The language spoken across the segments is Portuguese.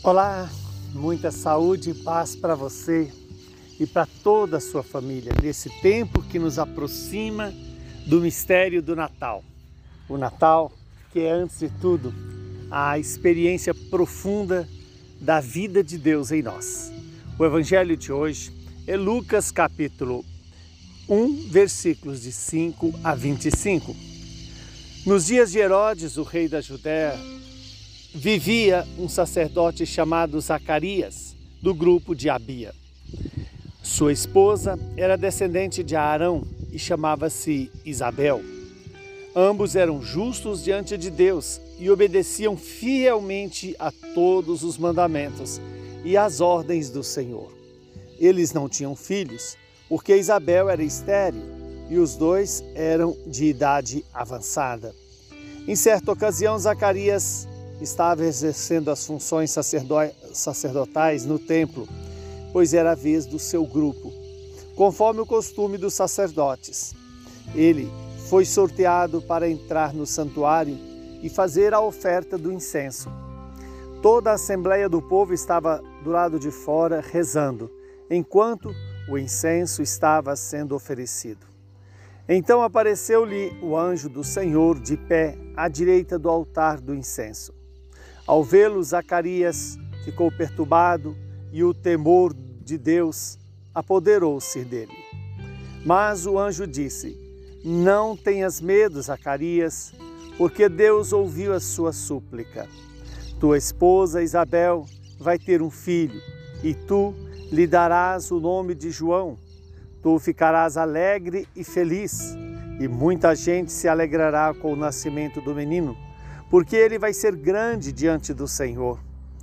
Olá, muita saúde e paz para você e para toda a sua família nesse tempo que nos aproxima do mistério do Natal. O Natal que é, antes de tudo, a experiência profunda da vida de Deus em nós. O Evangelho de hoje é Lucas capítulo 1, versículos de 5 a 25. Nos dias de Herodes, o rei da Judéia, vivia um sacerdote chamado Zacarias, do grupo de Abia. Sua esposa era descendente de Arão e chamava-se Isabel. Ambos eram justos diante de Deus e obedeciam fielmente a todos os mandamentos e às ordens do Senhor. Eles não tinham filhos, porque Isabel era estéril e os dois eram de idade avançada. Em certa ocasião, Zacarias estava exercendo as funções sacerdotais no templo, pois era a vez do seu grupo, conforme o costume dos sacerdotes. Ele foi sorteado para entrar no santuário e fazer a oferta do incenso. Toda a assembleia do povo estava do lado de fora rezando, enquanto o incenso estava sendo oferecido. Então apareceu-lhe o anjo do Senhor de pé à direita do altar do incenso. Ao vê-lo, Zacarias ficou perturbado e o temor de Deus apoderou-se dele. Mas o anjo disse: "Não tenhas medo, Zacarias, porque Deus ouviu a sua súplica. Tua esposa Isabel vai ter um filho e tu lhe darás o nome de João. Tu ficarás alegre e feliz, e muita gente se alegrará com o nascimento do menino, porque ele vai ser grande diante do Senhor.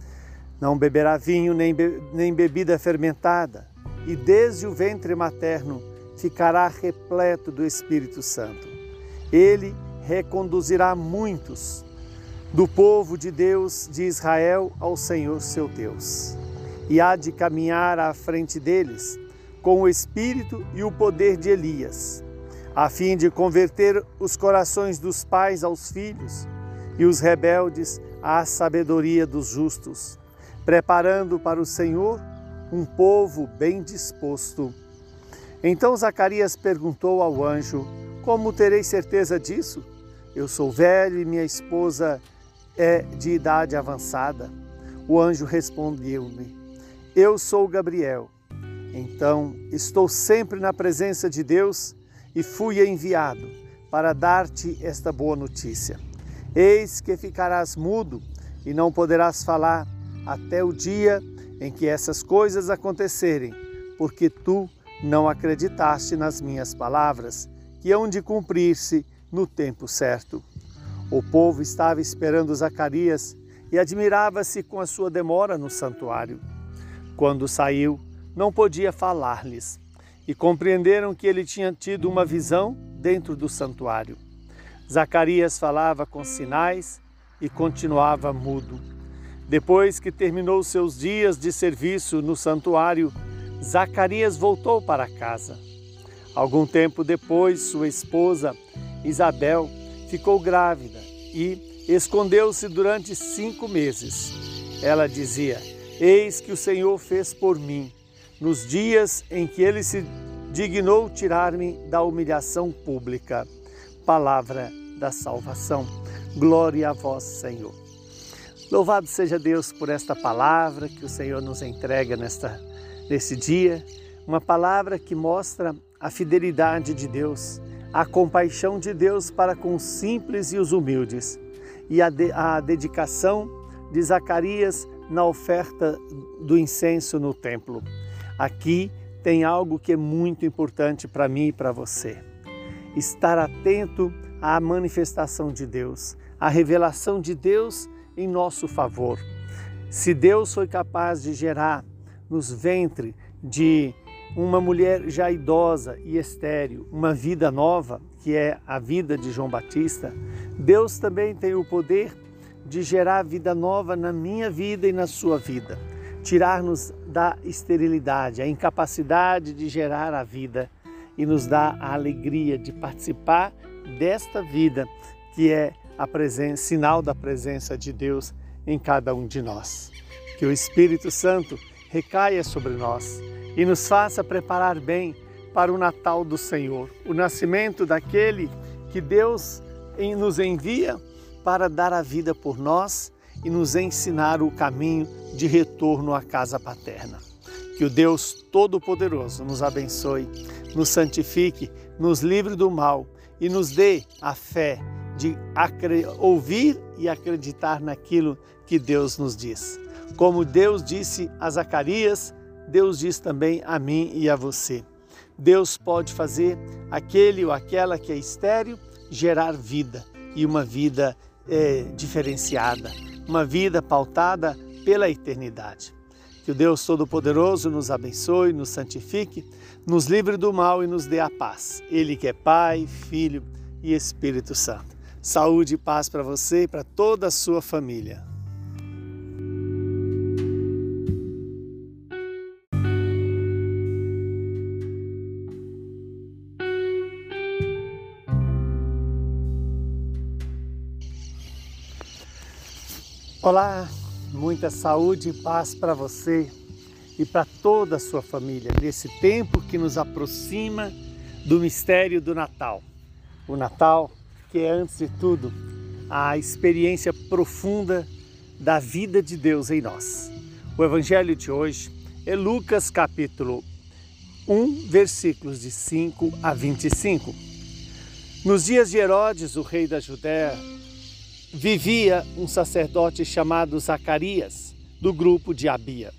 Não beberá vinho nem bebida fermentada, e desde o ventre materno ficará repleto do Espírito Santo. Ele reconduzirá muitos do povo de Deus de Israel ao Senhor seu Deus, e há de caminhar à frente deles com o espírito e o poder de Elias, a fim de converter os corações dos pais aos filhos e os rebeldes à sabedoria dos justos, preparando para o Senhor um povo bem disposto." Então Zacarias perguntou ao anjo: "Como terei certeza disso? Eu sou velho e minha esposa é de idade avançada." O anjo respondeu-lhe: "Eu sou Gabriel. Então estou sempre na presença de Deus e fui enviado para dar-te esta boa notícia. Eis que ficarás mudo e não poderás falar até o dia em que essas coisas acontecerem, porque tu não acreditaste nas minhas palavras, que hão de cumprir-se no tempo certo." O povo estava esperando Zacarias e admirava-se com a sua demora no santuário. Quando saiu, não podia falar-lhes, e compreenderam que ele tinha tido uma visão dentro do santuário. Zacarias falava com sinais e continuava mudo. Depois que terminou seus dias de serviço no santuário, Zacarias voltou para casa. Algum tempo depois, sua esposa, Isabel, ficou grávida e escondeu-se durante 5 meses. Ela dizia: "Eis que o Senhor fez por mim, nos dias em que Ele se dignou tirar-me da humilhação pública." Palavra da salvação. Glória a vós, Senhor. Louvado seja Deus por esta palavra que o Senhor nos entrega nesse dia. Uma palavra que mostra a fidelidade de Deus, a compaixão de Deus para com os simples e os humildes, e a dedicação de Zacarias na oferta do incenso no templo. Aqui tem algo que é muito importante para mim e para você. Estar atento à manifestação de Deus, à revelação de Deus em nosso favor. Se Deus foi capaz de gerar nos ventres de uma mulher já idosa e estéril uma vida nova, que é a vida de João Batista, Deus também tem o poder de gerar vida nova na minha vida e na sua vida. Tirar-nos da esterilidade, a incapacidade de gerar a vida e nos dar a alegria de participar desta vida que é sinal da presença de Deus em cada um de nós. Que o Espírito Santo recaia sobre nós e nos faça preparar bem para o Natal do Senhor, o nascimento daquele que Deus nos envia para dar a vida por nós e nos ensinar o caminho de retorno à casa paterna. Que o Deus Todo-Poderoso nos abençoe, nos santifique, nos livre do mal e nos dê a fé de ouvir e acreditar naquilo que Deus nos diz. Como Deus disse a Zacarias, Deus diz também a mim e a você. Deus pode fazer aquele ou aquela que é estéril gerar vida, e uma vida diferenciada, uma vida pautada pela eternidade. Que o Deus Todo-Poderoso nos abençoe, nos santifique, nos livre do mal e nos dê a paz. Ele que é Pai, Filho e Espírito Santo. Saúde e paz para você e para toda a sua família. Olá, muita saúde e paz para você e para toda a sua família, nesse tempo que nos aproxima do mistério do Natal. O Natal, que é, antes de tudo, a experiência profunda da vida de Deus em nós. O Evangelho de hoje é Lucas capítulo 1, versículos de 5 a 25. Nos dias de Herodes, o rei da Judéia, vivia um sacerdote chamado Zacarias, do grupo de Abia.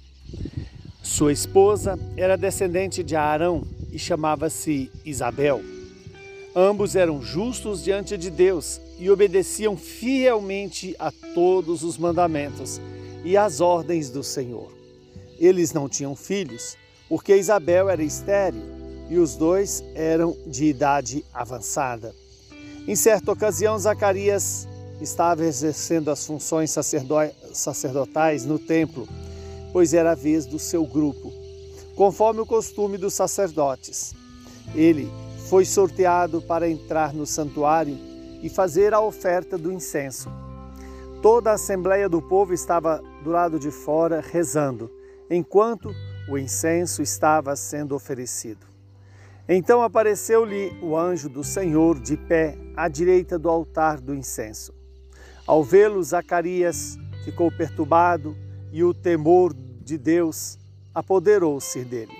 Sua esposa era descendente de Arão e chamava-se Isabel. Ambos eram justos diante de Deus e obedeciam fielmente a todos os mandamentos e às ordens do Senhor. Eles não tinham filhos, porque Isabel era estéril e os dois eram de idade avançada. Em certa ocasião, Zacarias estava exercendo as funções sacerdotais no templo, pois era a vez do seu grupo, conforme o costume dos sacerdotes. Ele foi sorteado para entrar no santuário e fazer a oferta do incenso. Toda a assembleia do povo estava do lado de fora rezando, enquanto o incenso estava sendo oferecido. Então apareceu-lhe o anjo do Senhor de pé à direita do altar do incenso. Ao vê-lo, Zacarias ficou perturbado e o temor de Deus apoderou-se dele.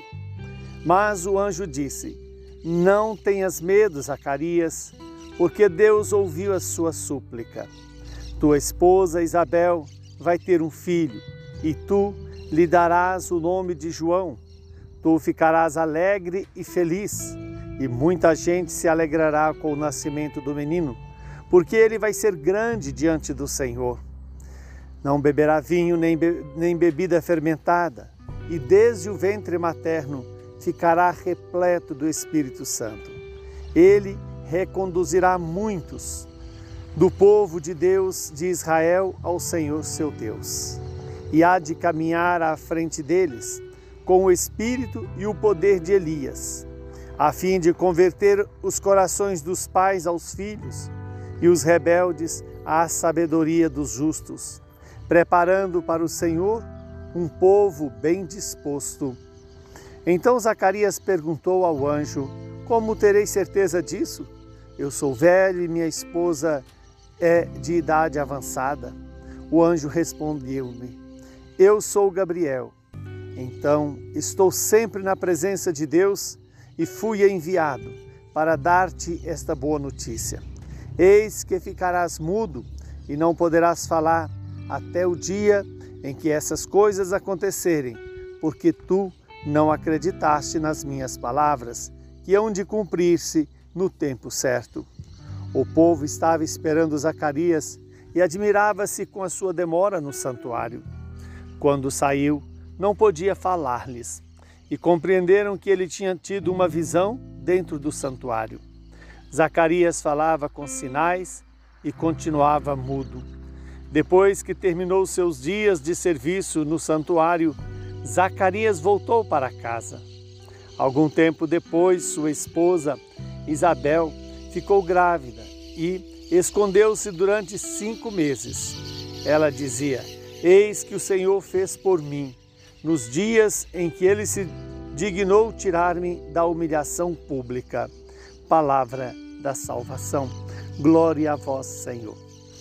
Mas o anjo disse: Não tenhas medo, Zacarias, porque Deus ouviu a sua súplica. Tua esposa Isabel vai ter um filho e tu lhe darás o nome de João. Tu ficarás alegre e feliz, e muita gente se alegrará com o nascimento do menino, porque ele vai ser grande diante do Senhor. Não beberá vinho nem bebida fermentada, e desde o ventre materno ficará repleto do Espírito Santo. Ele reconduzirá muitos do povo de Deus de Israel ao Senhor seu Deus, e há de caminhar à frente deles com o espírito e o poder de Elias, a fim de converter os corações dos pais aos filhos e os rebeldes à sabedoria dos justos, preparando para o Senhor um povo bem disposto. Então Zacarias perguntou ao anjo: Como terei certeza disso? Eu sou velho e minha esposa é de idade avançada. O anjo respondeu-lhe: Eu sou Gabriel. Então estou sempre na presença de Deus e fui enviado para dar-te esta boa notícia. Eis que ficarás mudo e não poderás falar até o dia em que essas coisas acontecerem, porque tu não acreditaste nas minhas palavras, que hão de cumprir-se no tempo certo. O povo estava esperando Zacarias e admirava-se com a sua demora no santuário. Quando saiu, não podia falar-lhes, e compreenderam que ele tinha tido uma visão dentro do santuário. Zacarias falava com sinais e continuava mudo. Depois que terminou seus dias de serviço no santuário, Zacarias voltou para casa. Algum tempo depois, sua esposa, Isabel, ficou grávida e escondeu-se durante 5 meses. Ela dizia: Eis que o Senhor fez por mim, nos dias em que Ele se dignou tirar-me da humilhação pública. Palavra da salvação. Glória a vós, Senhor.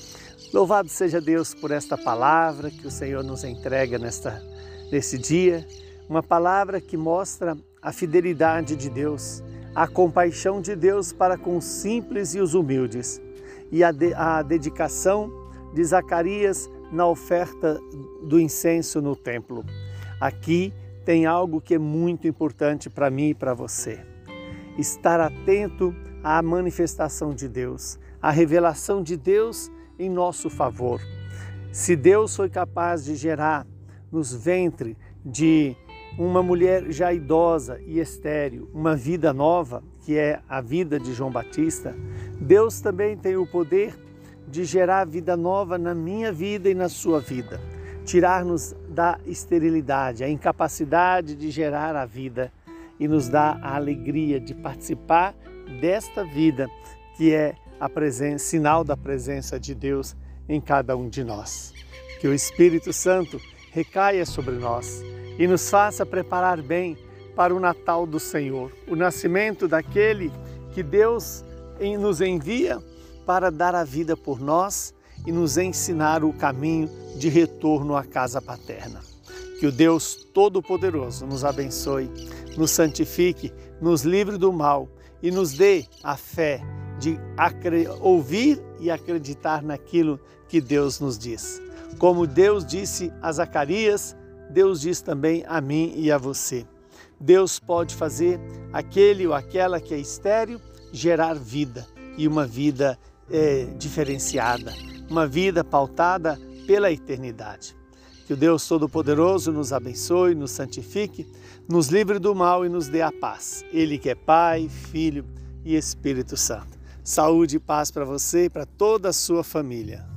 Louvado seja Deus por esta palavra que o Senhor nos entrega nesse dia. Uma palavra que mostra a fidelidade de Deus, a compaixão de Deus para com os simples e os humildes, e a dedicação de Zacarias na oferta do incenso no templo. Aqui tem algo que é muito importante para mim e para você. Estar atento à manifestação de Deus, à revelação de Deus em nosso favor. Se Deus foi capaz de gerar nos ventres de uma mulher já idosa e estéril uma vida nova, que é a vida de João Batista, Deus também tem o poder de gerar vida nova na minha vida e na sua vida. Tirar-nos da esterilidade, a incapacidade de gerar a vida e nos dar a alegria de participar desta vida que é sinal da presença de Deus em cada um de nós. Que o Espírito Santo recaia sobre nós e nos faça preparar bem para o Natal do Senhor, o nascimento daquele que Deus nos envia para dar a vida por nós e nos ensinar o caminho de retorno à casa paterna. Que o Deus Todo-Poderoso nos abençoe, nos santifique, nos livre do mal e nos dê a fé de ouvir e acreditar naquilo que Deus nos diz. Como Deus disse a Zacarias, Deus diz também a mim e a você. Deus pode fazer aquele ou aquela que é estéril gerar vida, e uma vida diferenciada, uma vida pautada pela eternidade. Que o Deus Todo-Poderoso nos abençoe, nos santifique, nos livre do mal e nos dê a paz. Ele que é Pai, Filho e Espírito Santo. Saúde e paz para você e para toda a sua família.